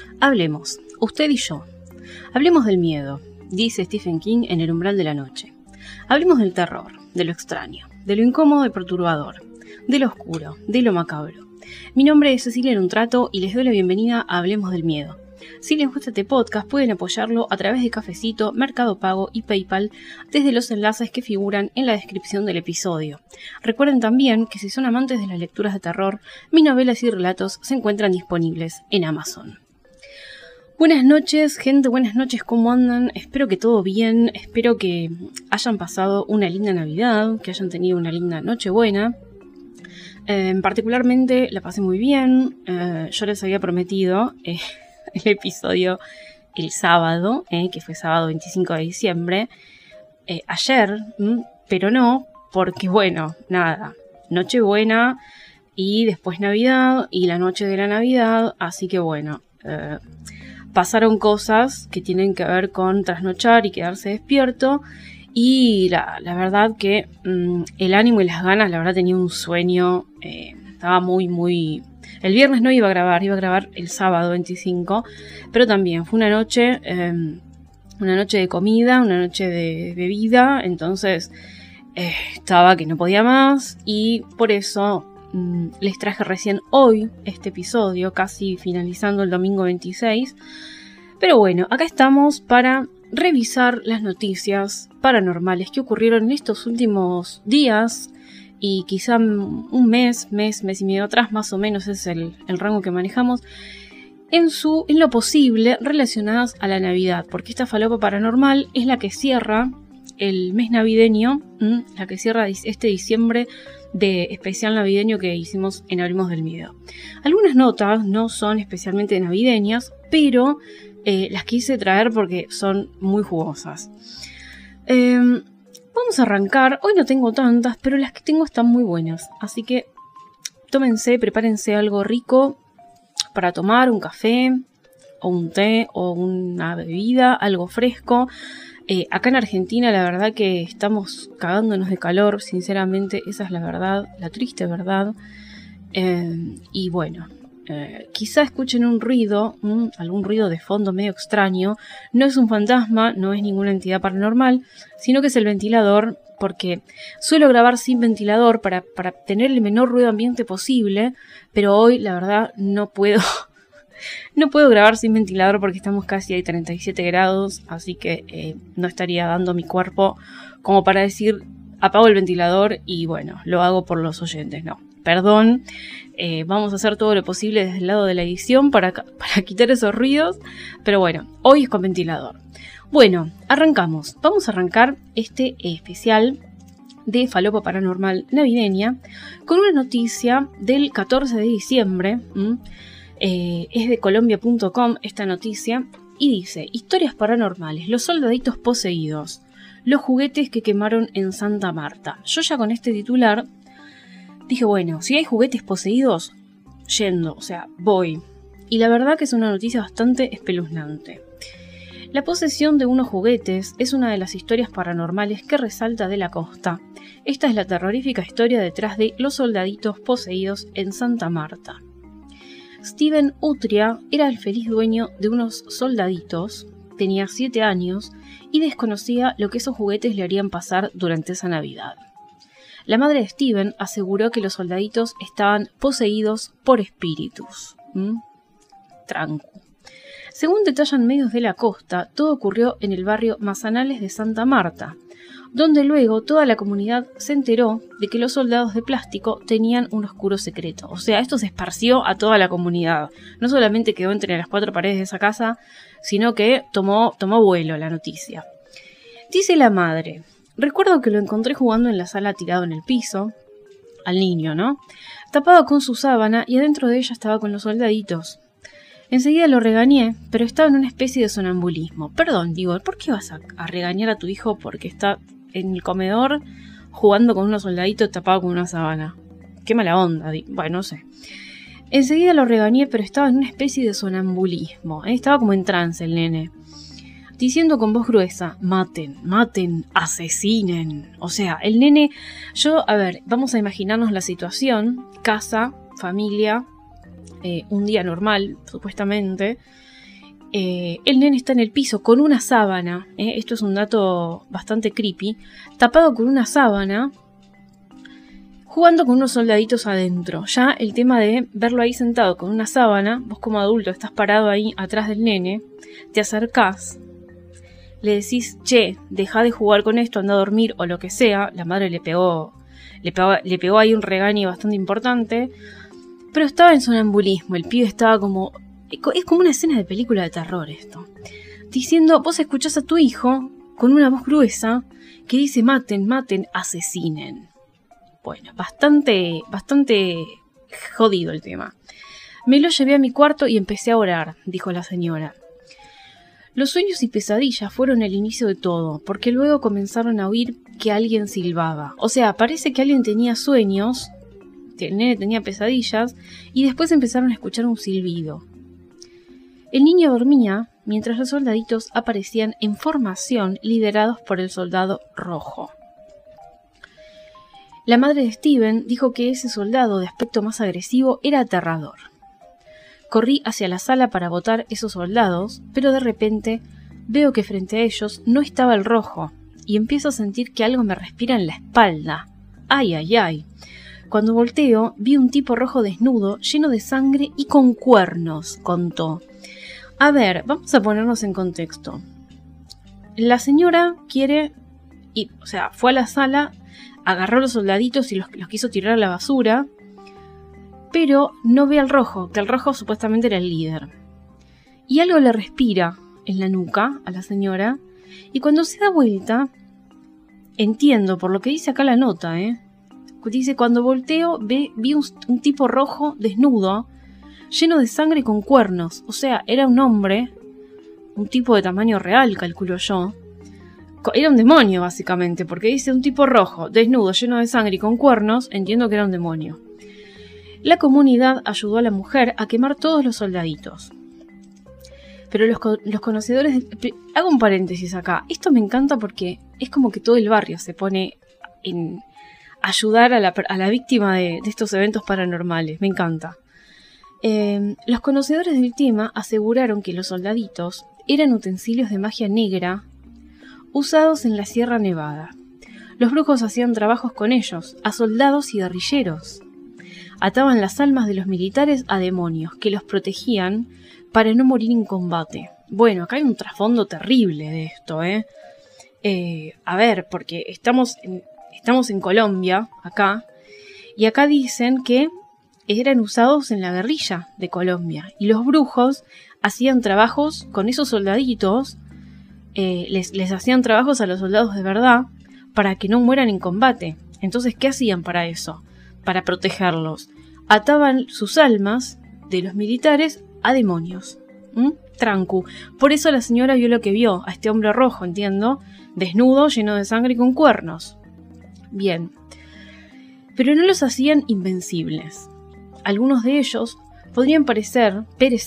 Hablemos, usted y yo. Hablemos del miedo, dice Stephen King en El umbral de la noche. Hablemos del terror, de lo extraño, de lo incómodo y perturbador, de lo oscuro, de lo macabro. Mi nombre es Cecilia Nuntrato y les doy la bienvenida a Hablemos del Miedo. Si les gusta este podcast pueden apoyarlo a través de Cafecito, Mercado Pago y PayPal desde los enlaces que figuran en la descripción del episodio. Recuerden también que si son amantes de las lecturas de terror, mis novelas y relatos se encuentran disponibles en Amazon. Buenas noches, gente, buenas noches, ¿cómo andan? Espero que todo bien, espero que hayan pasado una linda Navidad, que hayan tenido una linda Nochebuena. Particularmente la pasé muy bien, yo les había prometido el episodio el sábado, que fue sábado 25 de diciembre, ayer, pero no, porque bueno, nada, Nochebuena y después Navidad y la noche de la Navidad, así que bueno, pasaron cosas que tienen que ver con trasnochar y quedarse despierto. Y la verdad que el ánimo y las ganas, la verdad tenía un sueño, estaba muy... El viernes no iba a grabar el sábado 25, pero también fue una noche de comida, una noche de bebida, entonces estaba que no podía más y por eso les traje recién hoy este episodio, casi finalizando el domingo 26. Pero bueno, acá estamos para revisar las noticias paranormales que ocurrieron en estos últimos días y quizá un mes y medio atrás, más o menos es el rango que manejamos, en lo posible relacionadas a la Navidad, porque esta falopa paranormal es la que cierra el mes navideño, la que cierra este diciembre de especial navideño que hicimos en Hablemos del Miedo. Algunas notas no son especialmente navideñas, pero las quise traer porque son muy jugosas. Vamos a arrancar. Hoy no tengo tantas, pero las que tengo están muy buenas. Así que prepárense algo rico para tomar, un café, o un té, o una bebida, algo fresco. Acá en Argentina la verdad que estamos cagándonos de calor, sinceramente, esa es la verdad, la triste verdad. Y bueno, quizá escuchen un ruido, algún ruido de fondo medio extraño. No es un fantasma, no es ninguna entidad paranormal, sino que es el ventilador, porque suelo grabar sin ventilador para tener el menor ruido ambiente posible, pero hoy la verdad no puedo grabar sin ventilador porque estamos casi a 37 grados, así que no estaría dando mi cuerpo como para decir apago el ventilador y bueno, lo hago por los oyentes, no. Perdón, vamos a hacer todo lo posible desde el lado de la edición para quitar esos ruidos, pero bueno, hoy es con ventilador. Bueno, arrancamos. Vamos a arrancar este especial de falopa paranormal navideña con una noticia del 14 de diciembre. Es de colombia.com esta noticia y dice: historias paranormales, los soldaditos poseídos, los juguetes que quemaron en Santa Marta. Yo ya con este titular dije, bueno, si hay juguetes poseídos, voy. Y la verdad que es una noticia bastante espeluznante. La posesión de unos juguetes es una de las historias paranormales que resalta de la costa. Esta es la terrorífica historia detrás de los soldaditos poseídos en Santa Marta. Steven Utria era el feliz dueño de unos soldaditos, tenía 7 años y desconocía lo que esos juguetes le harían pasar durante esa Navidad. La madre de Steven aseguró que los soldaditos estaban poseídos por espíritus. Tranco. Según detallan medios de la costa, todo ocurrió en el barrio Manzanales de Santa Marta, donde luego toda la comunidad se enteró de que los soldados de plástico tenían un oscuro secreto. O sea, esto se esparció a toda la comunidad. No solamente quedó entre las 4 paredes de esa casa, sino que tomó vuelo la noticia. Dice la madre: recuerdo que lo encontré jugando en la sala tirado en el piso, al niño, ¿no? Tapado con su sábana y adentro de ella estaba con los soldaditos. Enseguida lo regañé, pero estaba en una especie de sonambulismo. Perdón, digo, ¿por qué vas a regañar a tu hijo porque está en el comedor jugando con unos soldaditos tapado con una sábana? Qué mala onda, bueno, no sé. Enseguida lo regañé, pero estaba en una especie de sonambulismo. Estaba como en trance el nene, diciendo con voz gruesa: maten, asesinen. O sea, el nene... vamos a imaginarnos la situación. Casa, familia, un día normal, supuestamente. el nene está en el piso con una sábana, esto es un dato bastante creepy, tapado con una sábana, jugando con unos soldaditos adentro. Ya el tema de verlo ahí sentado con una sábana, vos como adulto estás parado ahí atrás del nene, te acercás, le decís, che, deja de jugar con esto, anda a dormir o lo que sea. La madre le pegó ahí un regaño bastante importante, pero estaba en sonambulismo, el pibe estaba como... Es como una escena de película de terror esto. Diciendo, vos escuchás a tu hijo con una voz gruesa que dice maten, maten, asesinen. Bueno, bastante jodido el tema. Me lo llevé a mi cuarto y empecé a orar, dijo la señora. Los sueños y pesadillas fueron el inicio de todo, porque luego comenzaron a oír que alguien silbaba. O sea, parece que alguien tenía sueños, que el nene tenía pesadillas, y después empezaron a escuchar un silbido. El niño dormía mientras los soldaditos aparecían en formación liderados por el soldado rojo. La madre de Steven dijo que ese soldado de aspecto más agresivo era aterrador. Corrí hacia la sala para botar esos soldados, pero de repente veo que frente a ellos no estaba el rojo y empiezo a sentir que algo me respira en la espalda. ¡Ay, ay, ay! Cuando volteo vi un tipo rojo desnudo, lleno de sangre y con cuernos, contó. A ver, vamos a ponernos en contexto. La señora fue a la sala, agarró a los soldaditos y los quiso tirar a la basura, pero no ve al rojo, que el rojo supuestamente era el líder. Y algo le respira en la nuca a la señora, y cuando se da vuelta, entiendo por lo que dice acá la nota, dice, cuando volteo vi un tipo rojo desnudo, lleno de sangre con cuernos. O sea, era un hombre, un tipo de tamaño real, calculo yo. Era un demonio, básicamente, porque dice un tipo rojo, desnudo, lleno de sangre y con cuernos, entiendo que era un demonio. La comunidad ayudó a la mujer a quemar todos los soldaditos. Pero los conocedores... Hago un paréntesis acá. Esto me encanta porque es como que todo el barrio se pone en ayudar a la víctima de estos eventos paranormales. Me encanta. Los conocedores del tema aseguraron que los soldaditos eran utensilios de magia negra usados en la Sierra Nevada. Los brujos hacían trabajos con ellos, a soldados y guerrilleros. Ataban las almas de los militares a demonios que los protegían para no morir en combate. Bueno, acá hay un trasfondo terrible de esto, A ver, porque estamos en Colombia, acá, y acá dicen que eran usados en la guerrilla de Colombia. Y los brujos hacían trabajos con esos soldaditos, les hacían trabajos a los soldados de verdad para que no mueran en combate. Entonces, ¿qué hacían para eso? Para protegerlos. Ataban sus almas de los militares a demonios. Trancu. Por eso la señora vio lo que vio, a este hombre rojo, entiendo, desnudo, lleno de sangre y con cuernos. Bien. Pero no los hacían invencibles. Algunos de ellos podrían perecer,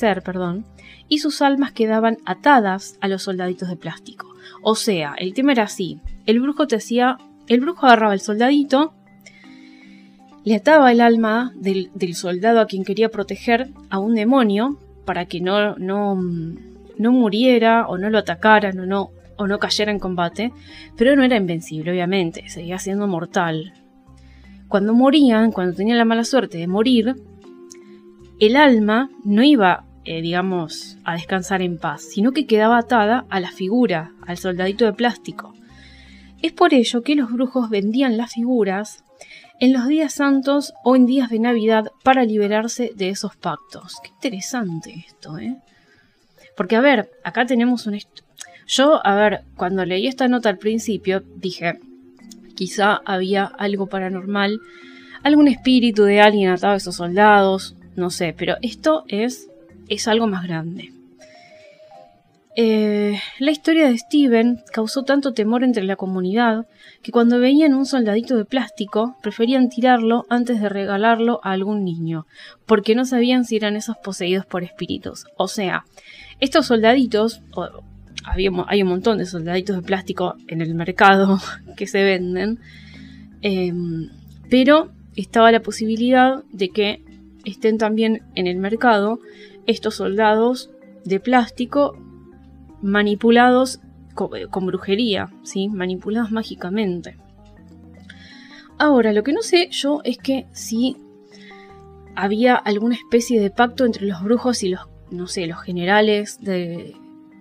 y sus almas quedaban atadas a los soldaditos de plástico. O sea, el tema era así. El brujo agarraba el soldadito, le ataba el alma del soldado a quien quería proteger a un demonio para que no muriera o no lo atacaran o no cayera en combate, pero no era invencible, obviamente, seguía siendo mortal. Cuando morían, cuando tenían la mala suerte de morir, el alma no iba, a descansar en paz, sino que quedaba atada a la figura, al soldadito de plástico. Es por ello que los brujos vendían las figuras en los días santos o en días de Navidad para liberarse de esos pactos. Qué interesante esto, Porque, a ver, acá tenemos Yo, cuando leí esta nota al principio, dije, quizá había algo paranormal, algún espíritu de alguien atado a esos soldados, no sé, pero esto es algo más grande. La historia de Steven causó tanto temor entre la comunidad que cuando veían un soldadito de plástico preferían tirarlo antes de regalarlo a algún niño, porque no sabían si eran esos poseídos por espíritus. O sea, estos soldaditos, hay un montón de soldaditos de plástico en el mercado que se venden, pero estaba la posibilidad de que estén también en el mercado estos soldados de plástico manipulados con brujería, ¿sí? Manipulados mágicamente. Ahora, lo que no sé yo es que si había alguna especie de pacto entre los brujos y los, no sé, los generales de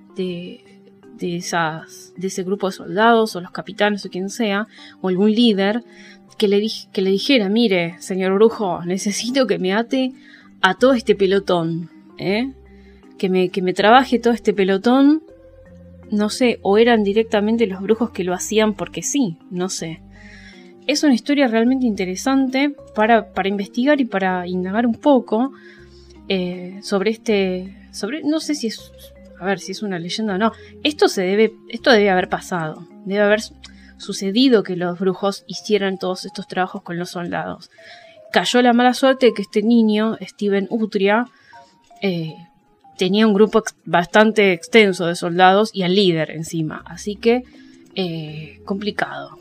ese grupo de soldados, o los capitanes, o quien sea, o algún líder, que le dijera: mire, señor brujo, necesito que me ate a todo este pelotón, que me trabaje todo este pelotón. No sé, o eran directamente los brujos que lo hacían porque sí, no sé. Es una historia realmente interesante para investigar y para indagar un poco sobre no sé si es, a ver, si es una leyenda o no. Esto debe haber pasado, debe haber sucedido que los brujos hicieran todos estos trabajos con los soldados. Cayó la mala suerte de que este niño, Steven Utria, tenía un grupo bastante extenso de soldados y al líder encima. Así que complicado.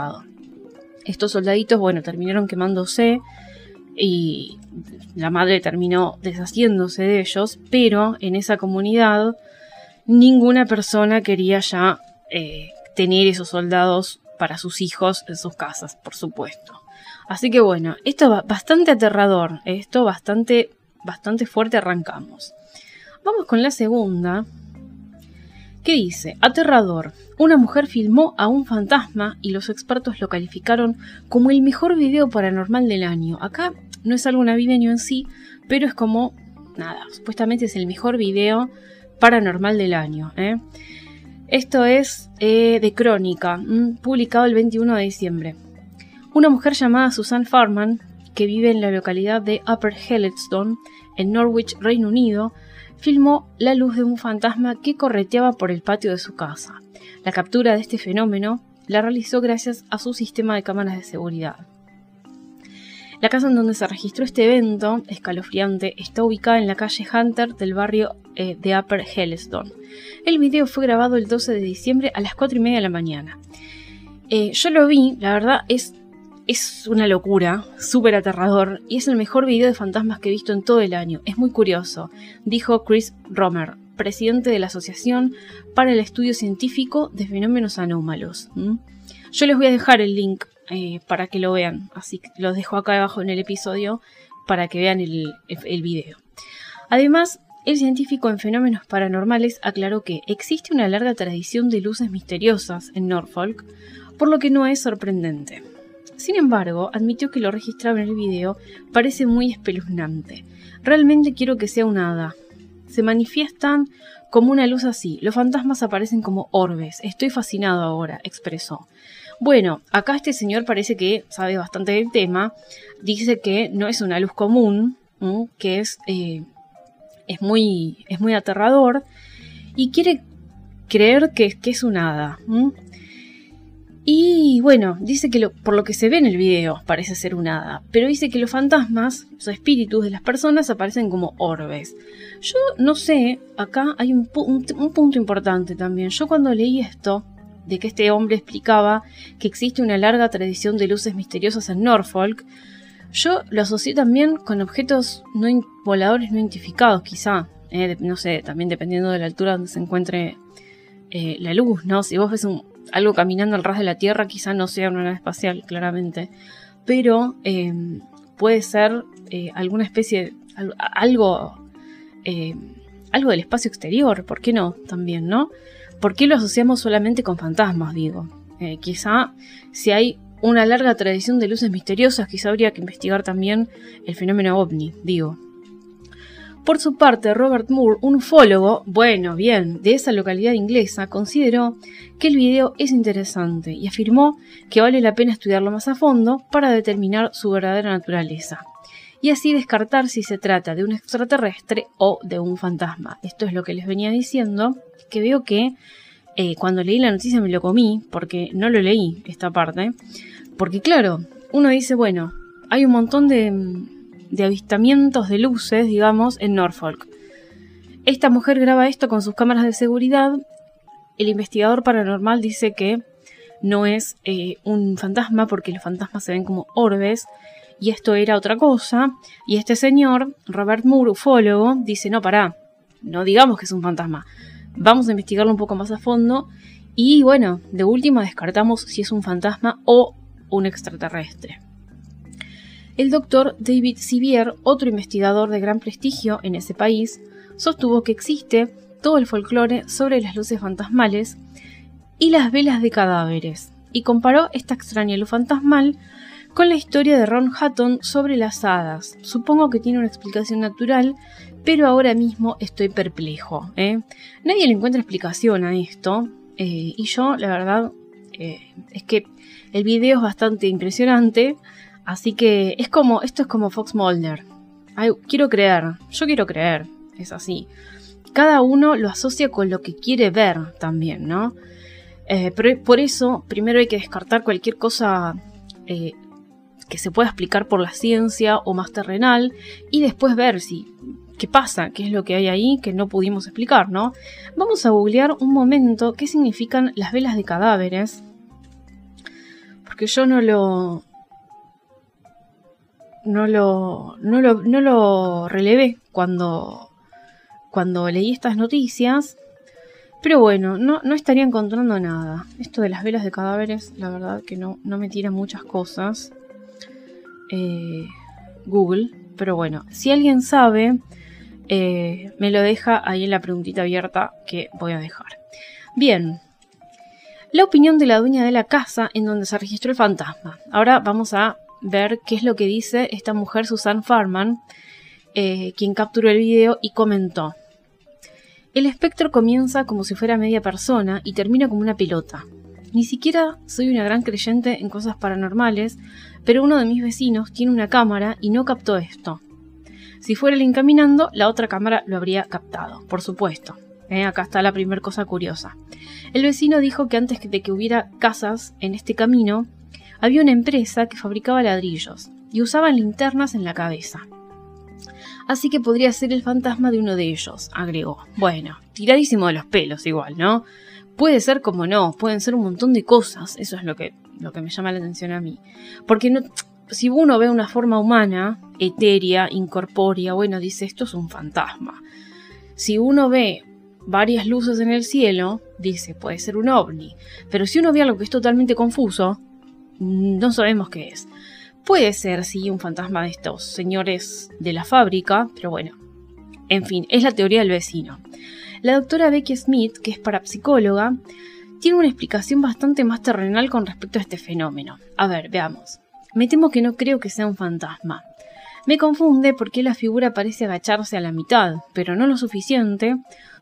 Estos soldaditos, bueno, terminaron quemándose y la madre terminó deshaciéndose de ellos, pero en esa comunidad ninguna persona quería ya tener esos soldados para sus hijos en sus casas, por supuesto. Así que bueno, esto es bastante aterrador, esto bastante fuerte. Arrancamos. Vamos con la segunda. ¿Qué dice? Aterrador. Una mujer filmó a un fantasma y los expertos lo calificaron como el mejor video paranormal del año. Acá no es algo navideño en sí, pero es como, nada, supuestamente es el mejor video paranormal del año. Esto es de Crónica, publicado el 21 de diciembre. Una mujer llamada Susan Farman, que vive en la localidad de Upper Hellestone, en Norwich, Reino Unido, filmó la luz de un fantasma que correteaba por el patio de su casa. La captura de este fenómeno la realizó gracias a su sistema de cámaras de seguridad. La casa en donde se registró este evento escalofriante está ubicada en la calle Hunter del barrio de Upper Hellestone. El video fue grabado el 12 de diciembre a las 4:30 de la mañana. Yo lo vi, la verdad es una locura, súper aterrador, y es el mejor video de fantasmas que he visto en todo el año. Es muy curioso, dijo Chris Romer, presidente de la Asociación para el Estudio Científico de Fenómenos Anómalos. Yo les voy a dejar el link para que lo vean, así que los dejo acá abajo en el episodio para que vean el video. Además, el científico en fenómenos paranormales aclaró que existe una larga tradición de luces misteriosas en Norfolk, por lo que no es sorprendente. Sin embargo, admitió que lo registrado en el video parece muy espeluznante. Realmente quiero que sea un hada. Se manifiestan como una luz así. Los fantasmas aparecen como orbes. Estoy fascinado ahora, expresó. Bueno, acá este señor parece que sabe bastante del tema. Dice que no es una luz común, que es muy aterrador. Y quiere creer que es un hada. Y bueno, dice que por lo que se ve en el video parece ser un hada, pero dice que los fantasmas, los espíritus de las personas, aparecen como orbes. Yo no sé, acá hay un punto importante también. Yo cuando leí esto, de que este hombre explicaba que existe una larga tradición de luces misteriosas en Norfolk, yo lo asocié también con objetos voladores no identificados, quizá. No sé, también dependiendo de la altura donde se encuentre la luz, ¿no? Si vos ves algo caminando al ras de la Tierra, quizá no sea una nave espacial, claramente, pero puede ser alguna especie, algo del espacio exterior, ¿por qué no? También, ¿no? ¿Por qué lo asociamos solamente con fantasmas, digo? Quizá si hay una larga tradición de luces misteriosas, quizá habría que investigar también el fenómeno ovni, digo. Por su parte, Robert Moore, un ufólogo, de esa localidad inglesa, consideró que el video es interesante y afirmó que vale la pena estudiarlo más a fondo para determinar su verdadera naturaleza y así descartar si se trata de un extraterrestre o de un fantasma. Esto es lo que les venía diciendo, que veo que cuando leí la noticia me lo comí, porque no lo leí esta parte, porque claro, uno dice, bueno, hay un montón de avistamientos de luces, digamos, en Norfolk. Esta mujer graba esto con sus cámaras de seguridad. El investigador paranormal dice que no es un fantasma porque los fantasmas se ven como orbes y esto era otra cosa. Y este señor, Robert Moore, ufólogo, dice, no, pará, no digamos que es un fantasma. Vamos a investigarlo un poco más a fondo y bueno, de última descartamos si es un fantasma o un extraterrestre. El doctor David Sevier, otro investigador de gran prestigio en ese país, sostuvo que existe todo el folclore sobre las luces fantasmales y las velas de cadáveres, y comparó esta extraña luz fantasmal con la historia de Ron Hutton sobre las hadas. Supongo que tiene una explicación natural, pero ahora mismo estoy perplejo. Nadie le encuentra explicación a esto, y yo, la verdad, es que el video es bastante impresionante, así que esto es como Fox Mulder. Yo quiero creer, es así. Cada uno lo asocia con lo que quiere ver también, ¿no? Pero por eso, primero hay que descartar cualquier cosa que se pueda explicar por la ciencia o más terrenal, y después ver qué pasa, qué es lo que hay ahí que no pudimos explicar, ¿no? Vamos a googlear un momento qué significan las velas de cadáveres, porque yo no lo relevé cuando leí estas noticias. Pero bueno, no estaría encontrando nada. Esto de las velas de cadáveres, la verdad que no me tira muchas cosas. Google. Pero bueno, si alguien sabe, me lo deja ahí en la preguntita abierta que voy a dejar. Bien. La opinión de la dueña de la casa en donde se registró el fantasma. Ahora vamos a ver qué es lo que dice esta mujer, Susan Farman, quien capturó el video y comentó. El espectro comienza como si fuera media persona y termina como una pelota. Ni siquiera soy una gran creyente en cosas paranormales, pero uno de mis vecinos tiene una cámara y no captó esto. Si fuera el encaminando, la otra cámara lo habría captado, por supuesto. Acá está la primera cosa curiosa. El vecino dijo que antes de que hubiera casas en este camino, había una empresa que fabricaba ladrillos y usaban linternas en la cabeza. Así que podría ser el fantasma de uno de ellos, agregó. Bueno, tiradísimo de los pelos igual, ¿no? Puede ser como no, pueden ser un montón de cosas. Eso es lo que me llama la atención a mí. Porque no, si uno ve una forma humana, etérea, incorpórea, bueno, dice esto es un fantasma. Si uno ve varias luces en el cielo, dice puede ser un ovni. Pero si uno ve algo que es totalmente confuso, no sabemos qué es. Puede ser, sí, un fantasma de estos señores de la fábrica, pero bueno. En fin, es la teoría del vecino. La doctora Becky Smith, que es parapsicóloga, tiene una explicación bastante más terrenal con respecto a este fenómeno. A ver, veamos. Me temo que no creo que sea un fantasma. Me confunde porque la figura parece agacharse a la mitad, pero no lo suficiente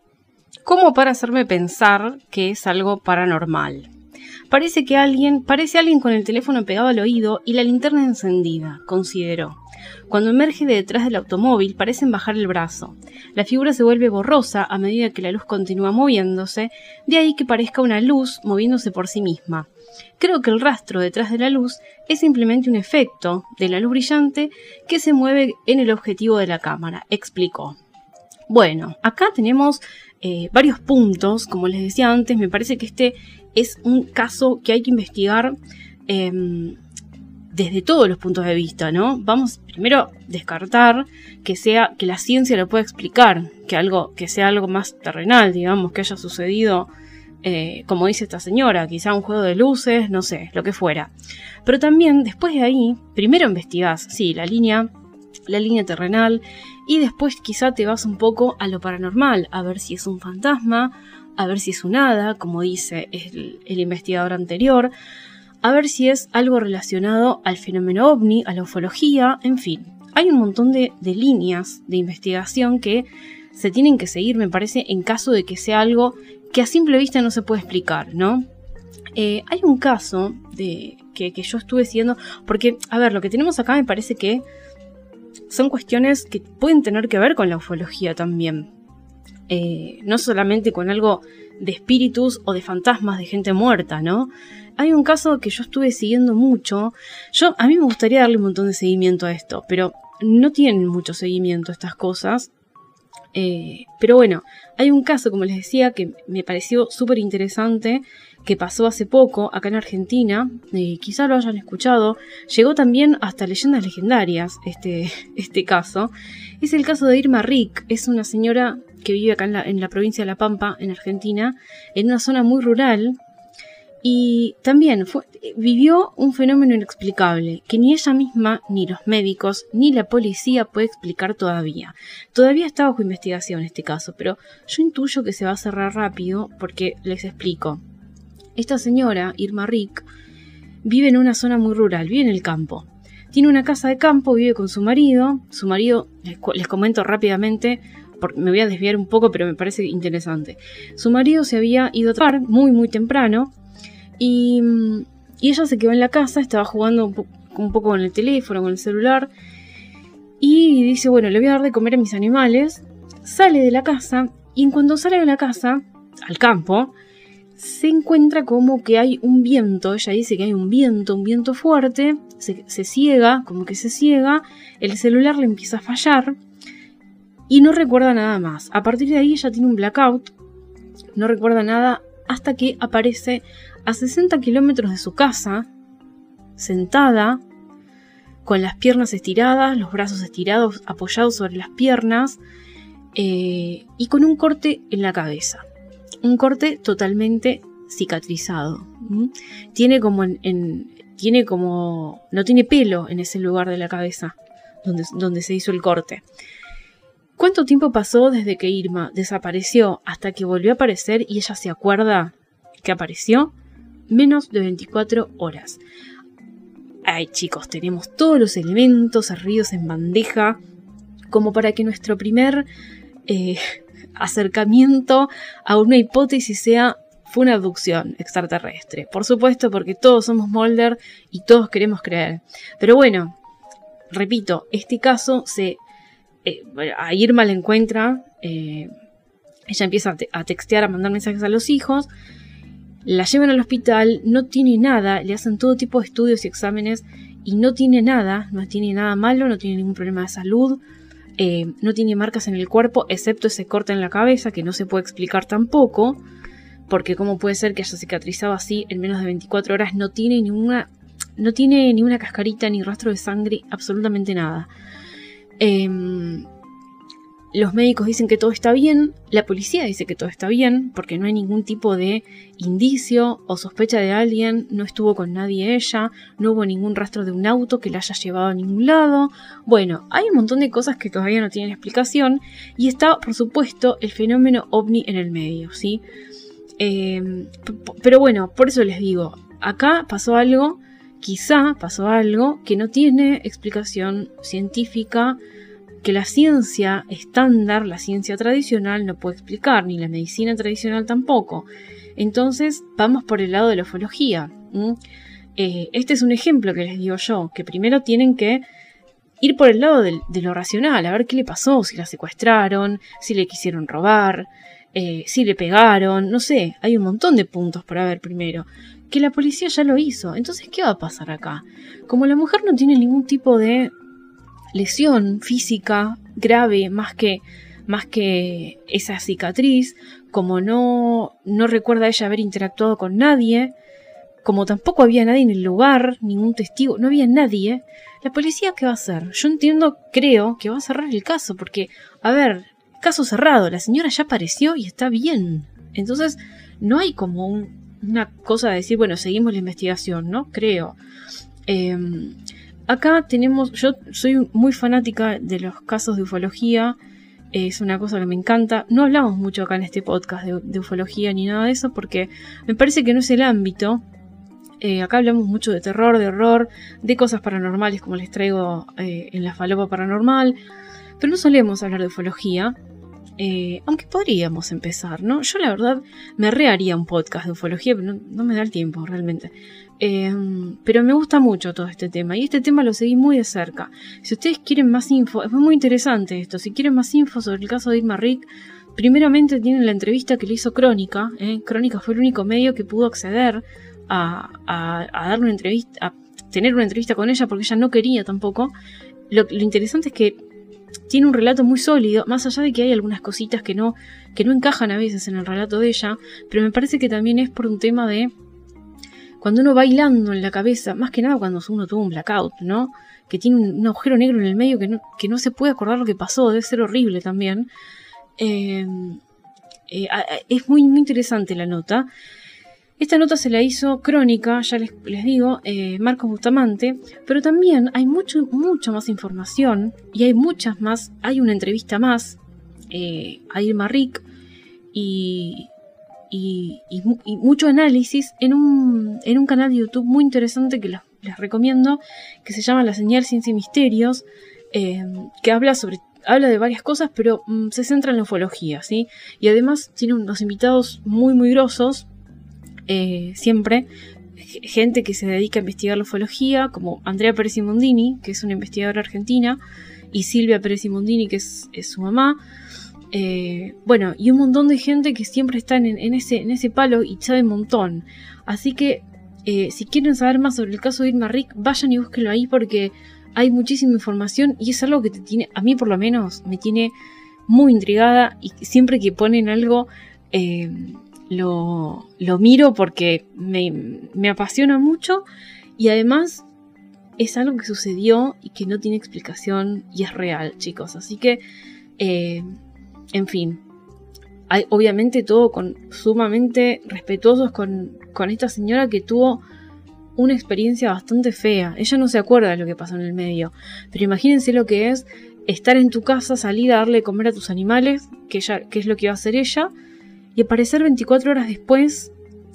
como para hacerme pensar que es algo paranormal. Parece alguien con el teléfono pegado al oído y la linterna encendida, consideró. Cuando emerge de detrás del automóvil parecen bajar el brazo. La figura se vuelve borrosa a medida que la luz continúa moviéndose, de ahí que parezca una luz moviéndose por sí misma. Creo que el rastro detrás de la luz es simplemente un efecto de la luz brillante que se mueve en el objetivo de la cámara, explicó. Bueno, acá tenemos varios puntos, como les decía antes, me parece que este es un caso que hay que investigar desde todos los puntos de vista, ¿no? Vamos primero a descartar que la ciencia lo pueda explicar, que sea algo más terrenal, digamos, que haya sucedido, como dice esta señora, quizá un juego de luces, no sé, lo que fuera. Pero también, después de ahí, primero investigás, sí, la línea terrenal, y después quizá te vas un poco a lo paranormal, a ver si es un fantasma, a ver si es un hada, como dice el investigador anterior, a ver si es algo relacionado al fenómeno ovni, a la ufología, en fin. Hay un montón de líneas de investigación que se tienen que seguir, me parece, en caso de que sea algo que a simple vista no se puede explicar, ¿no? Hay un caso que yo estuve siguiendo, porque, a ver, lo que tenemos acá me parece que son cuestiones que pueden tener que ver con la ufología también. No solamente con algo de espíritus o de fantasmas de gente muerta, ¿no? Hay un caso que yo estuve siguiendo mucho. A mí me gustaría darle un montón de seguimiento a esto, pero no tienen mucho seguimiento estas cosas. Pero bueno, hay un caso, como les decía, que me pareció súper interesante, que pasó hace poco acá en Argentina, quizá lo hayan escuchado, llegó también hasta leyendas legendarias este caso. Es el caso de Irma Rick, es una señora que vive acá en la provincia de La Pampa, en Argentina, en una zona muy rural. Y también vivió un fenómeno inexplicable que ni ella misma, ni los médicos, ni la policía puede explicar todavía. Todavía está bajo investigación este caso, pero yo intuyo que se va a cerrar rápido porque les explico. Esta señora, Irma Rick, vive en una zona muy rural, vive en el campo. Tiene una casa de campo, vive con su marido. Su marido, les comento rápidamente, porque me voy a desviar un poco, pero me parece interesante. Su marido se había ido a trabajar muy muy temprano. Y ella se quedó en la casa, estaba jugando un poco con el teléfono, con el celular. Y dice, bueno, le voy a dar de comer a mis animales. Sale de la casa y en cuanto sale de la casa, al campo, se encuentra como que hay un viento. Ella dice que hay un viento fuerte. Se ciega, como que se ciega. El celular le empieza a fallar y no recuerda nada más. A partir de ahí ella tiene un blackout. No recuerda nada hasta que aparece a 60 kilómetros de su casa, sentada, con las piernas estiradas, los brazos estirados, apoyados sobre las piernas, y con un corte en la cabeza. Un corte totalmente cicatrizado. Tiene como no tiene pelo en ese lugar de la cabeza donde se hizo el corte. ¿Cuánto tiempo pasó desde que Irma desapareció hasta que volvió a aparecer y ella se acuerda que apareció? Menos de 24 horas. Ay, chicos, tenemos todos los elementos servidos en bandeja como para que nuestro primer acercamiento a una hipótesis fue una abducción extraterrestre. Por supuesto, porque todos somos Mulder y todos queremos creer. Pero bueno, repito, este caso a Irma la encuentra, ella empieza a textear, a mandar mensajes a los hijos, la llevan al hospital, no tiene nada, le hacen todo tipo de estudios y exámenes y no tiene nada malo, no tiene ningún problema de salud, no tiene marcas en el cuerpo, excepto ese corte en la cabeza que no se puede explicar tampoco, porque cómo puede ser que haya cicatrizado así en menos de 24 horas, no tiene ni una cascarita ni rastro de sangre, absolutamente nada. Los médicos dicen que todo está bien, la policía dice que todo está bien, porque no hay ningún tipo de indicio o sospecha de alguien, no estuvo con nadie ella, no hubo ningún rastro de un auto que la haya llevado a ningún lado. Bueno, hay un montón de cosas que todavía no tienen explicación y está, por supuesto, el fenómeno ovni en el medio, ¿sí? Pero bueno, por eso les digo, acá quizá pasó algo que no tiene explicación científica, que la ciencia estándar, la ciencia tradicional no puede explicar, ni la medicina tradicional tampoco. Entonces vamos por el lado de la ufología. Este es un ejemplo que les digo yo, que primero tienen que ir por el lado de lo racional, a ver qué le pasó, si la secuestraron, si le quisieron robar, si le pegaron, no sé, hay un montón de puntos por ver primero. Que la policía ya lo hizo, entonces ¿qué va a pasar acá? Como la mujer no tiene ningún tipo de lesión física grave más que esa cicatriz, como no recuerda ella haber interactuado con nadie, como tampoco había nadie en el lugar, ningún testigo, no había nadie, la policía ¿qué va a hacer? Yo creo que va a cerrar el caso, porque, a ver, caso cerrado, la señora ya apareció y está bien, entonces no hay como una cosa de decir, bueno, seguimos la investigación, ¿no? Creo. Acá yo soy muy fanática de los casos de ufología, es una cosa que me encanta. No hablamos mucho acá en este podcast de ufología ni nada de eso porque me parece que no es el ámbito. Acá hablamos mucho de terror, de horror, de cosas paranormales como les traigo en la falopa paranormal, pero no solemos hablar de ufología. Aunque podríamos empezar, ¿no? Yo la verdad me reharía un podcast de ufología, pero no me da el tiempo realmente. Pero me gusta mucho todo este tema y este tema lo seguí muy de cerca. Si ustedes quieren más info, es muy interesante esto, si quieren más info sobre el caso de Irma Rick, primeramente tienen la entrevista que le hizo Crónica. Crónica fue el único medio que pudo acceder a dar una entrevista, a tener una entrevista con ella porque ella no quería tampoco. Lo interesante es que tiene un relato muy sólido, más allá de que hay algunas cositas que no encajan a veces en el relato de ella, pero me parece que también es por un tema de cuando uno va hilando en la cabeza, más que nada cuando uno tuvo un blackout, ¿no? Que tiene un agujero negro en el medio que no se puede acordar lo que pasó, debe ser horrible también. Es muy, muy interesante la nota. Esta nota se la hizo Crónica, ya les digo, Marcos Bustamante, pero también hay mucha más información y hay una entrevista más a Irma Rick y mucho análisis en un canal de YouTube muy interesante que les recomiendo, que se llama La Señal Ciencia y Misterios, que habla de varias cosas, pero se centra en la ufología, ¿sí? Y además tiene unos invitados muy, muy grosos, siempre, gente que se dedica a investigar la ufología, como Andrea Pérez Simondini, que es una investigadora argentina, y Silvia Pérez Simondini, que es su mamá. Bueno, y un montón de gente que siempre está en ese palo y sabe un montón. Así que si quieren saber más sobre el caso de Irma Rick, vayan y búsquenlo ahí, porque hay muchísima información y es algo que a mí por lo menos me tiene muy intrigada, y siempre que ponen algo lo miro porque me apasiona mucho, y además es algo que sucedió y que no tiene explicación y es real, chicos. Así que en fin, hay obviamente todo sumamente respetuosos con esta señora que tuvo una experiencia bastante fea. Ella no se acuerda de lo que pasó en el medio, pero imagínense lo que es estar en tu casa, salir a darle de comer a tus animales, que es lo que iba a hacer ella, y aparecer 24 horas después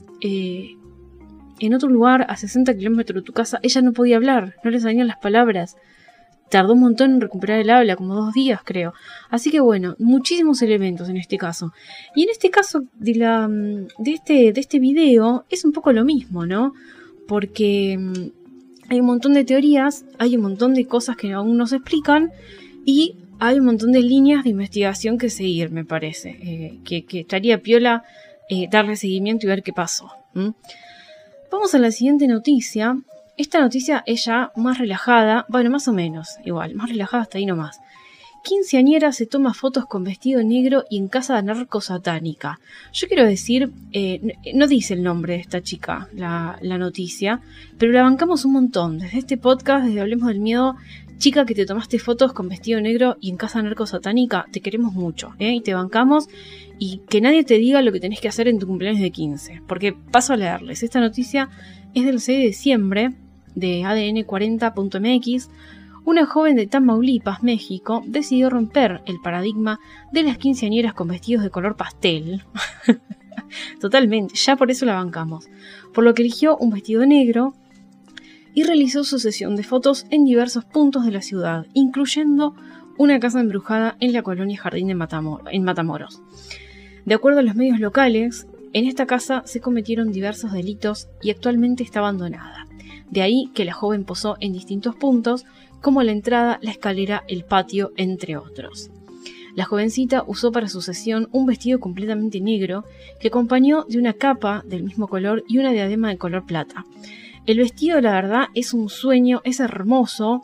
en otro lugar a 60 kilómetros de tu casa. Ella no podía hablar, no le salían las palabras. Tardó un montón en recuperar el habla, como 2 días creo. Así que bueno, muchísimos elementos en este caso. Y en este caso de este video es un poco lo mismo, ¿no? Porque hay un montón de teorías, hay un montón de cosas que aún no se explican, y hay un montón de líneas de investigación que seguir, me parece. Que estaría piola darle seguimiento y ver qué pasó. Vamos a la siguiente noticia. Esta noticia es ya más relajada, bueno, más o menos, igual, más relajada hasta ahí nomás. Quinceañera se toma fotos con vestido negro y en casa de narcosatánica. Yo quiero decir, no dice el nombre de esta chica, la noticia, pero la bancamos un montón. Desde este podcast, desde Hablemos del Miedo, chica que te tomaste fotos con vestido negro y en casa narcosatánica, te queremos mucho, y te bancamos, y que nadie te diga lo que tenés que hacer en tu cumpleaños de 15, porque paso a leerles. Esta noticia es del 6 de diciembre, de ADN40.mx. Una joven de Tamaulipas, México, decidió romper el paradigma de las quinceañeras con vestidos de color pastel. Totalmente, ya por eso la bancamos. Por lo que eligió un vestido negro y realizó su sesión de fotos en diversos puntos de la ciudad, incluyendo una casa embrujada en la colonia Jardín en Matamoros. De acuerdo a los medios locales, en esta casa se cometieron diversos delitos y actualmente está abandonada. De ahí que la joven posó en distintos puntos, como la entrada, la escalera, el patio, entre otros. La jovencita usó para su sesión un vestido completamente negro que acompañó de una capa del mismo color y una diadema de color plata. El vestido, la verdad, es un sueño, es hermoso.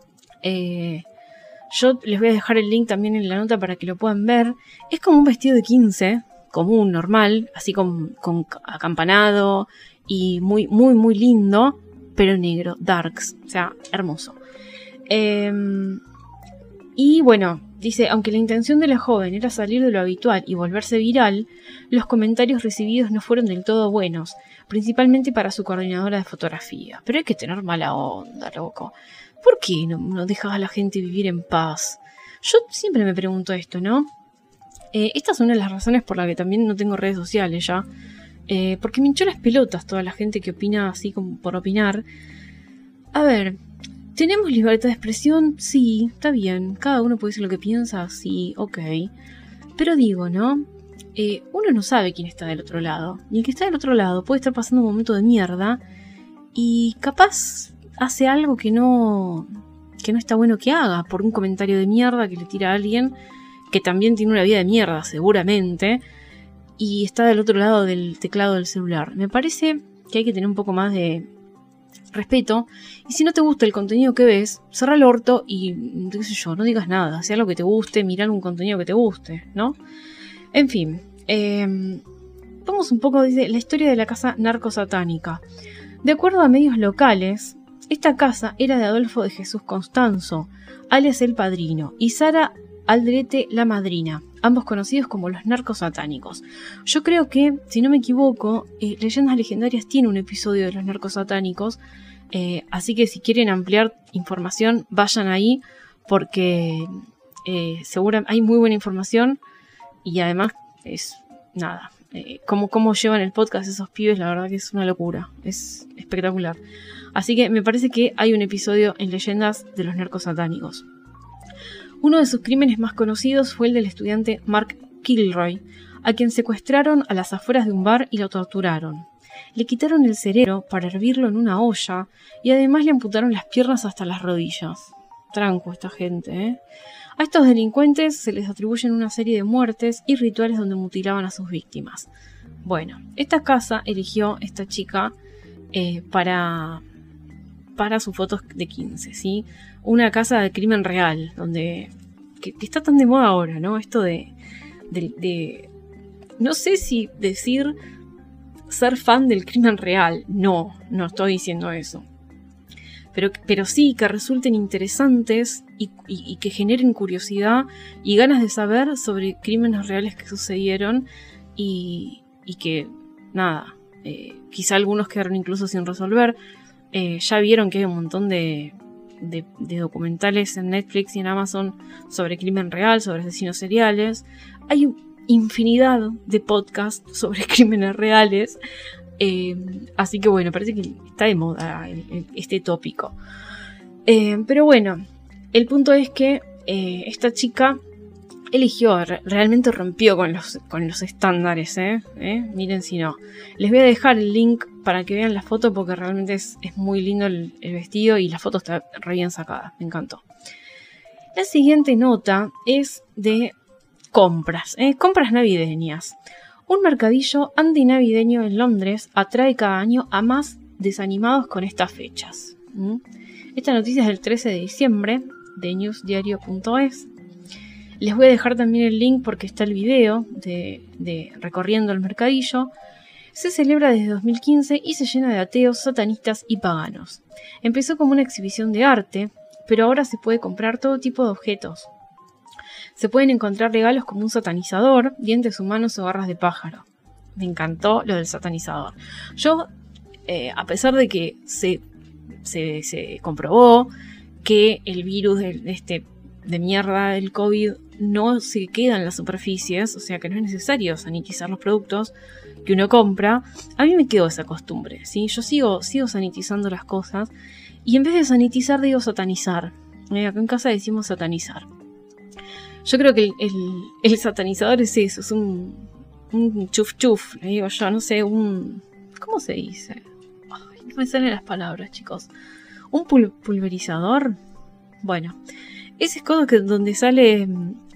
Yo les voy a dejar el link también en la nota para que lo puedan ver. Es como un vestido de 15, común, normal, así con acampanado y muy, muy, muy lindo, pero negro, darks, o sea, hermoso. Y bueno, dice, aunque la intención de la joven era salir de lo habitual y volverse viral, los comentarios recibidos no fueron del todo buenos, principalmente para su coordinadora de fotografía. Pero hay que tener mala onda, loco. ¿Por qué no dejas a la gente vivir en paz? Yo siempre me pregunto esto, ¿no? Esta es una de las razones por la que también no tengo redes sociales ya. Porque me hinchó las pelotas toda la gente que opina así como por opinar. A ver, ¿tenemos libertad de expresión? Sí, está bien. Cada uno puede decir lo que piensa, sí, ok. Pero digo, ¿no? Uno no sabe quién está del otro lado. Y el que está del otro lado puede estar pasando un momento de mierda y capaz hace algo que no está bueno que haga por un comentario de mierda que le tira a alguien que también tiene una vida de mierda, seguramente, y está del otro lado del teclado del celular. Me parece que hay que tener un poco más de respeto, y si no te gusta el contenido que ves, cerra el orto y, qué sé yo, no digas nada, sea lo que te guste, mirar un contenido que te guste, ¿no? En fin, vamos un poco desde la historia de la casa narcosatánica. De acuerdo a medios locales, esta casa era de Adolfo de Jesús Constanzo, alias el Padrino, y Sara Aldrete la Madrina. ambos conocidos como los narcos satánicos. Yo creo que, si no me equivoco, Leyendas Legendarias tiene un episodio de los narcos satánicos, así que si quieren ampliar información, vayan ahí, porque seguramente hay muy buena información y además es nada. Cómo llevan el podcast esos pibes, la verdad que es una locura, es espectacular. Así que me parece que hay un episodio en Leyendas de los narcos satánicos. Uno de sus crímenes más conocidos fue el del estudiante Mark Kilroy, a quien secuestraron a las afueras de un bar y lo torturaron. Le quitaron el cerebro para hervirlo en una olla y además le amputaron las piernas hasta las rodillas. Tranco esta gente, ¿eh? A estos delincuentes se les atribuyen una serie de muertes y rituales donde mutilaban a sus víctimas. Bueno, esta casa eligió esta chica para sus fotos de 15, ¿sí? Una casa de crimen real, donde que está tan de moda ahora, ¿no? Esto de no sé si decir ser fan del crimen real. No estoy diciendo eso. Pero sí que resulten interesantes y que generen curiosidad y ganas de saber sobre crímenes reales que sucedieron y que, nada, quizá algunos quedaron incluso sin resolver. Ya vieron que hay un montón de documentales en Netflix y en Amazon sobre crimen real, sobre asesinos seriales. Hay infinidad de podcasts sobre crímenes reales. Así que bueno, parece que está de moda este tópico. Pero bueno, el punto es que esta chica eligió, realmente rompió con los estándares, miren si no. Les voy a dejar el link para que vean la foto porque realmente es muy lindo el vestido y la foto está re bien sacada, me encantó. La siguiente nota es de compras navideñas. Un mercadillo antinavideño en Londres atrae cada año a más desanimados con estas fechas. Esta noticia es del 13 de diciembre de newsdiario.es. Les voy a dejar también el link porque está el video de recorriendo el mercadillo. Se celebra desde 2015 y se llena de ateos, satanistas y paganos. Empezó como una exhibición de arte, pero ahora se puede comprar todo tipo de objetos. Se pueden encontrar regalos como un satanizador, dientes humanos o garras de pájaro. Me encantó lo del satanizador. Yo, a pesar de que se comprobó que el virus de mierda del COVID no se queda en las superficies, o sea que no es necesario sanitizar los productos que uno compra, a mí me quedó esa costumbre, ¿sí? Yo sigo sanitizando las cosas y en vez de sanitizar digo satanizar. Acá en casa decimos satanizar. Yo creo que el satanizador es eso, es un chuf chuf, le digo yo, no sé, ¿cómo se dice? Ay, no me salen las palabras, chicos. ¿Un pulverizador? Bueno, ese es cosa donde sale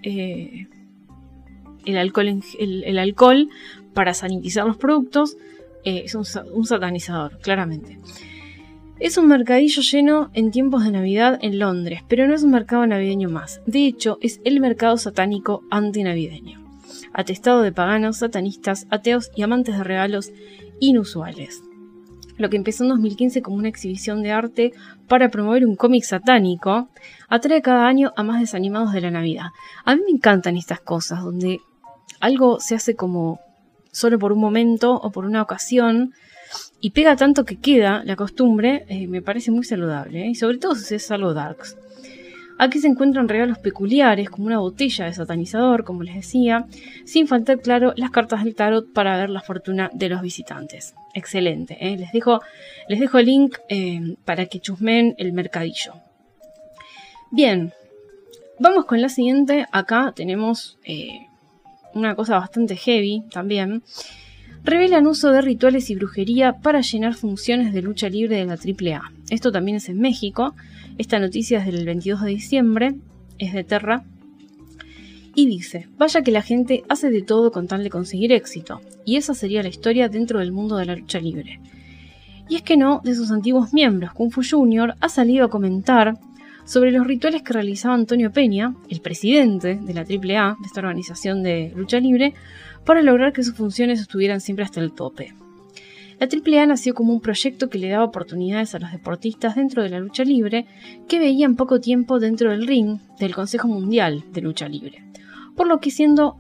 el alcohol para sanitizar los productos, es un satanizador, claramente. Es un mercadillo lleno en tiempos de Navidad en Londres, pero no es un mercado navideño más. De hecho, es el mercado satánico antinavideño, atestado de paganos, satanistas, ateos y amantes de regalos inusuales. Lo que empezó en 2015 como una exhibición de arte para promover un cómic satánico, atrae cada año a más desanimados de la Navidad. A mí me encantan estas cosas, donde algo se hace como solo por un momento o por una ocasión, y pega tanto que queda la costumbre, me parece muy saludable, y sobre todo si es algo darks. Aquí se encuentran regalos peculiares, como una botella de satanizador, como les decía, sin faltar, claro, las cartas del tarot para ver la fortuna de los visitantes. Excelente, les dejo el link para que chusmeen el mercadillo. Bien, vamos con la siguiente. Acá tenemos una cosa bastante heavy también. Revelan uso de rituales y brujería para llenar funciones de lucha libre de la AAA. Esto también es en México. Esta noticia es del 22 de diciembre, es de Terra. Y dice, vaya que la gente hace de todo con tal de conseguir éxito. Y esa sería la historia dentro del mundo de la lucha libre. Y es que no, de sus antiguos miembros, Kung Fu Junior ha salido a comentar sobre los rituales que realizaba Antonio Peña, el presidente de la AAA, de esta organización de lucha libre, para lograr que sus funciones estuvieran siempre hasta el tope. La AAA nació como un proyecto que le daba oportunidades a los deportistas dentro de la lucha libre que veían poco tiempo dentro del ring del Consejo Mundial de Lucha Libre, por lo que siendo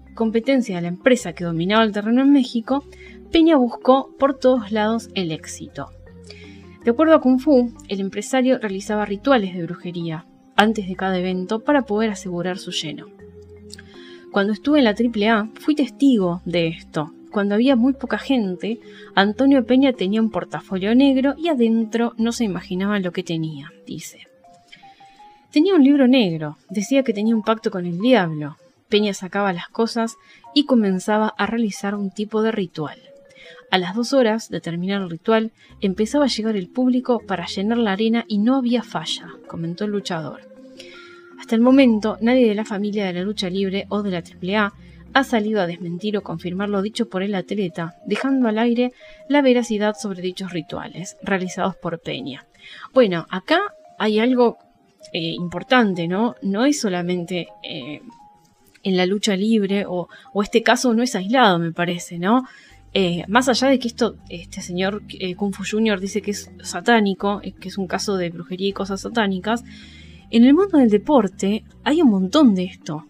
competencia de la empresa que dominaba el terreno en México, Peña buscó por todos lados el éxito. De acuerdo a Kung Fu, el empresario realizaba rituales de brujería antes de cada evento para poder asegurar su lleno. Cuando estuve en la AAA, fui testigo de esto. Cuando había muy poca gente, Antonio Peña tenía un portafolio negro y adentro no se imaginaban lo que tenía, dice. Tenía un libro negro, decía que tenía un pacto con el diablo. Peña sacaba las cosas y comenzaba a realizar un tipo de ritual. A las 2 horas de terminar el ritual, empezaba a llegar el público para llenar la arena y no había falla, comentó el luchador. Hasta el momento, nadie de la familia de la lucha libre o de la AAA ha salido a desmentir o confirmar lo dicho por el atleta, dejando al aire la veracidad sobre dichos rituales realizados por Peña. Bueno, acá hay algo importante, ¿no? No es solamente en la lucha libre, o este caso no es aislado, me parece, ¿no? Más allá de que este señor Kung Fu Jr. dice que es satánico, que es un caso de brujería y cosas satánicas, en el mundo del deporte hay un montón de esto.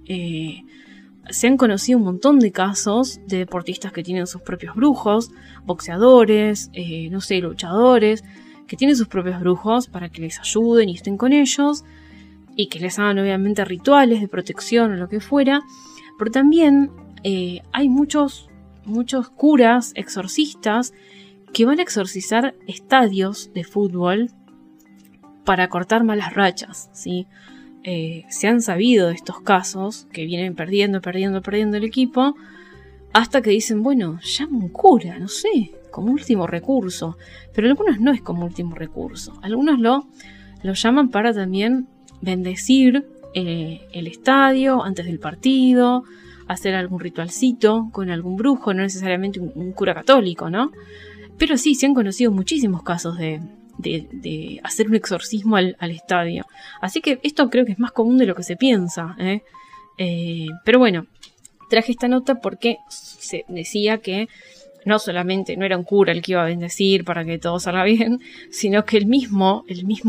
Se han conocido un montón de casos de deportistas que tienen sus propios brujos, boxeadores, luchadores, que tienen sus propios brujos para que les ayuden y estén con ellos, y que les hagan obviamente rituales de protección o lo que fuera, pero también hay muchos curas, exorcistas, que van a exorcizar estadios de fútbol para cortar malas rachas, ¿sí? Se han sabido de estos casos que vienen perdiendo el equipo, hasta que dicen, bueno, llama un cura, no sé, como último recurso. Pero algunos no es como último recurso. Algunos lo llaman para también bendecir el estadio antes del partido, hacer algún ritualcito con algún brujo, no necesariamente un cura católico, ¿no? Pero sí, se han conocido muchísimos casos de hacer un exorcismo al estadio. Así que esto creo que es más común de lo que se piensa, ¿eh? Pero bueno, traje esta nota porque se decía que no solamente no era un cura el que iba a bendecir para que todo salga bien, sino que el mismo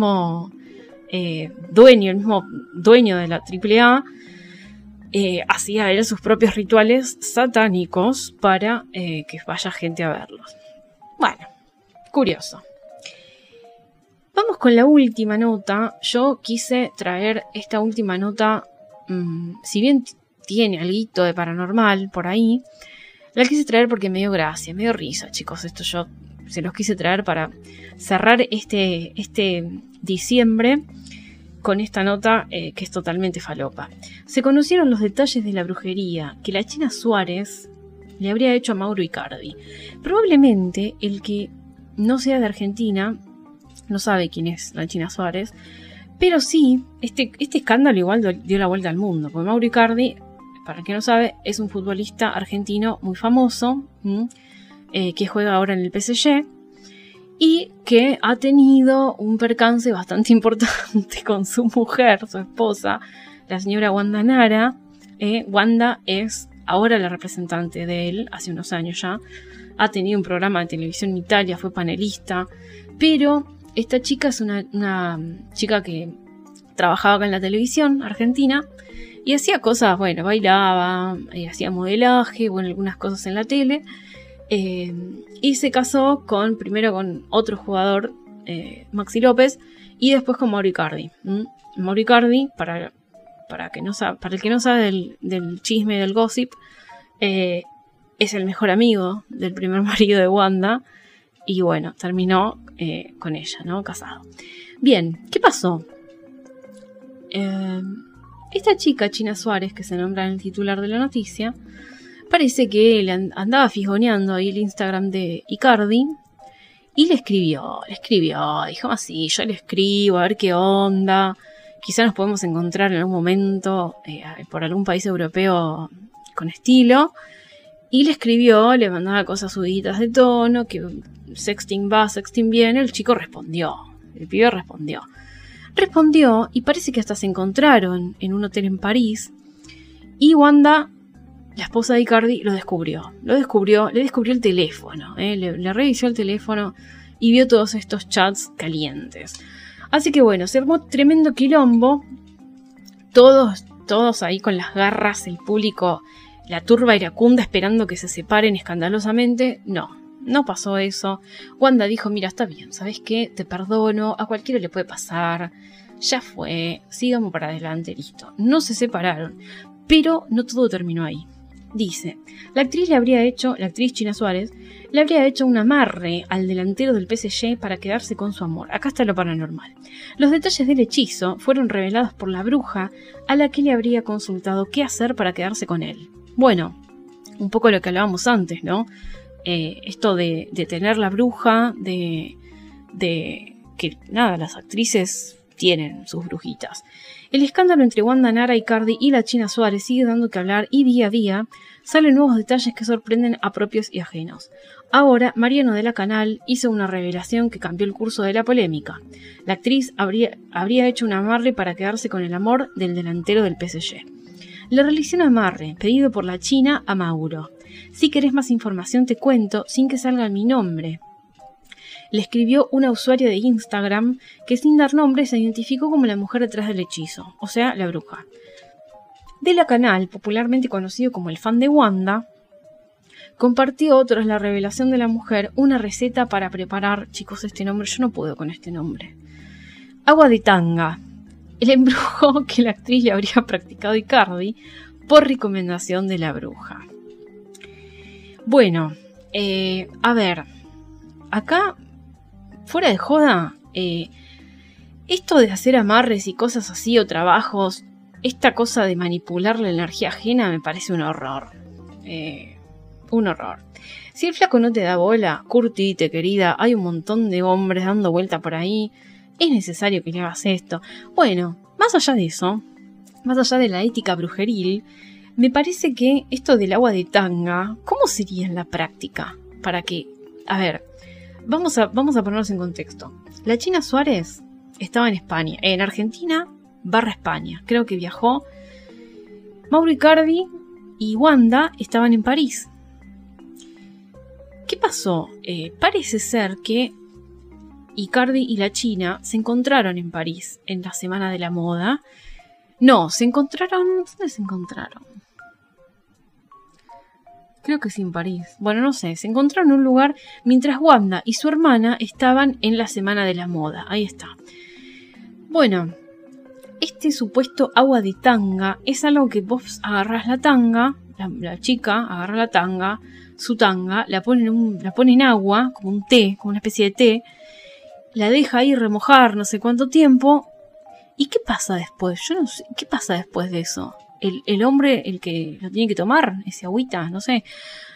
dueño de la AAA hacía él sus propios rituales satánicos para que vaya gente a verlos. Bueno, curioso. Vamos con la última nota. Yo quise traer esta última nota, si bien tiene algo de paranormal por ahí, la quise traer porque me dio gracia, me dio risa, chicos. Esto yo se los quise traer para cerrar este diciembre con esta nota que es totalmente falopa. Se conocieron los detalles de la brujería que la China Suárez le habría hecho a Mauro Icardi. Probablemente el que no sea de Argentina no sabe quién es la China Suárez, pero sí, este escándalo igual dio la vuelta al mundo, porque Mauro Icardi, para el que no sabe, es un futbolista argentino muy famoso, que juega ahora en el PSG, y que ha tenido un percance bastante importante con su mujer, su esposa, la señora Wanda Nara. Wanda es ahora la representante de él, hace unos años ya, ha tenido un programa de televisión en Italia, fue panelista, pero esta chica es una chica que trabajaba acá en la televisión argentina y hacía cosas, bueno, bailaba, hacía modelaje, bueno, algunas cosas en la tele, y se casó primero con otro jugador, Maxi López, y después con Mauro Icardi. Mauro Icardi, para el que no sabe del chisme, del gossip, es el mejor amigo del primer marido de Wanda, y bueno, terminó con ella, ¿no? Casado. Bien, ¿qué pasó? Esta chica, China Suárez, que se nombra en el titular de la noticia, parece que él andaba fijoneando ahí el Instagram de Icardi y le escribió, dijo así, yo le escribo a ver qué onda, quizá nos podemos encontrar en algún momento por algún país europeo con estilo. Y le escribió, le mandaba cosas subiditas de tono, que sexting va, sexting viene. El chico respondió, el pibe respondió y parece que hasta se encontraron en un hotel en París. Y Wanda, la esposa de Icardi, le descubrió el teléfono, le revisó el teléfono y vio todos estos chats calientes. Así que bueno, se armó tremendo quilombo, todos ahí con las garras, el público la turba iracunda esperando que se separen escandalosamente. No pasó eso. Wanda dijo, mira, está bien, ¿sabes qué? Te perdono, a cualquiera le puede pasar, ya fue, sigamos para adelante, listo. No se separaron, pero no todo terminó ahí. Dice, la actriz China Suárez, le habría hecho un amarre al delantero del PSG para quedarse con su amor. Acá está lo paranormal. Los detalles del hechizo fueron revelados por la bruja a la que le habría consultado qué hacer para quedarse con él. Bueno, un poco lo que hablábamos antes, ¿no? Esto de tener la bruja, de que nada, las actrices tienen sus brujitas. El escándalo entre Wanda Nara, Icardi y la China Suárez sigue dando que hablar y día a día salen nuevos detalles que sorprenden a propios y ajenos. Ahora, Mariano de la Canal hizo una revelación que cambió el curso de la polémica. La actriz habría hecho un amarre para quedarse con el amor del delantero del PSG. Le realizó un amarre, pedido por la China a Mauro. Si querés más información te cuento, sin que salga mi nombre. Le escribió una usuaria de Instagram que sin dar nombre se identificó como la mujer detrás del hechizo, o sea, la bruja. De la Canal, popularmente conocido como el fan de Wanda, compartió tras la revelación de la mujer una receta para preparar, chicos, este nombre, yo no puedo con este nombre, agua de tanga, el embrujo que la actriz le habría practicado a Icardi por recomendación de la bruja. Bueno, a ver, acá, fuera de joda, esto de hacer amarres y cosas así o trabajos, esta cosa de manipular la energía ajena me parece un horror. Un horror. Si el flaco no te da bola, curtite, querida, hay un montón de hombres dando vuelta por ahí, es necesario que le hagas esto. Bueno, más allá de eso, más allá de la ética brujeril, me parece que esto del agua de tanga, ¿cómo sería en la práctica? Para que, a ver, vamos a ponernos en contexto. La China Suárez estaba en España, en Argentina / España, creo que viajó. Mauro Icardi y Wanda estaban en París. ¿Qué pasó? Parece ser que Icardi y la China se encontraron en París en la Semana de la Moda. No, se encontraron... ¿Dónde se encontraron? Creo que sí, en París. Bueno, no sé, se encontraron en un lugar mientras Wanda y su hermana estaban en la Semana de la Moda. Ahí está. Bueno, este supuesto agua de tanga es algo que vos agarrás la tanga, la chica agarra la tanga, su tanga, la pone en agua, como un té, como una especie de té, la deja ahí remojar no sé cuánto tiempo. ¿Y qué pasa después? Yo no sé, ¿qué pasa después de eso? El hombre, el que lo tiene que tomar, ese agüita, no sé.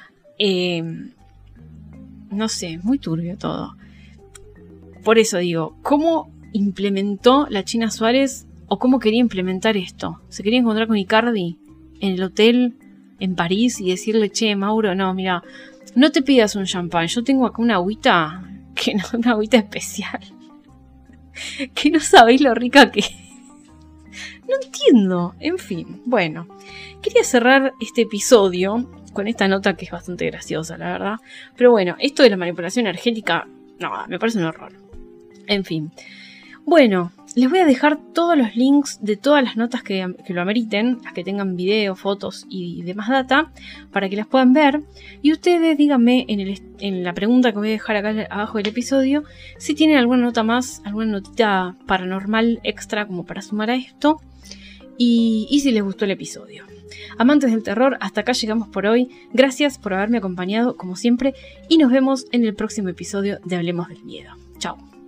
No sé, muy turbio todo. Por eso digo, ¿cómo implementó la China Suárez o cómo quería implementar esto? ¿Se quería encontrar con Icardi en el hotel en París y decirle, che, Mauro, no, mira, no te pidas un champán, yo tengo acá una agüita, una agüita especial, que no sabéis lo rica que es? No entiendo. En fin, bueno. Quería cerrar este episodio con esta nota que es bastante graciosa, la verdad. Pero bueno, esto de la manipulación energética, no, me parece un horror. En fin. Bueno, les voy a dejar todos los links de todas las notas que lo ameriten, las que tengan video, fotos y demás data, para que las puedan ver. Y ustedes díganme en la pregunta que voy a dejar acá abajo del episodio, si tienen alguna nota más, alguna notita paranormal extra como para sumar a esto. Y si les gustó el episodio. Amantes del terror, hasta acá llegamos por hoy. Gracias por haberme acompañado como siempre y nos vemos en el próximo episodio de Hablemos del Miedo. Chao.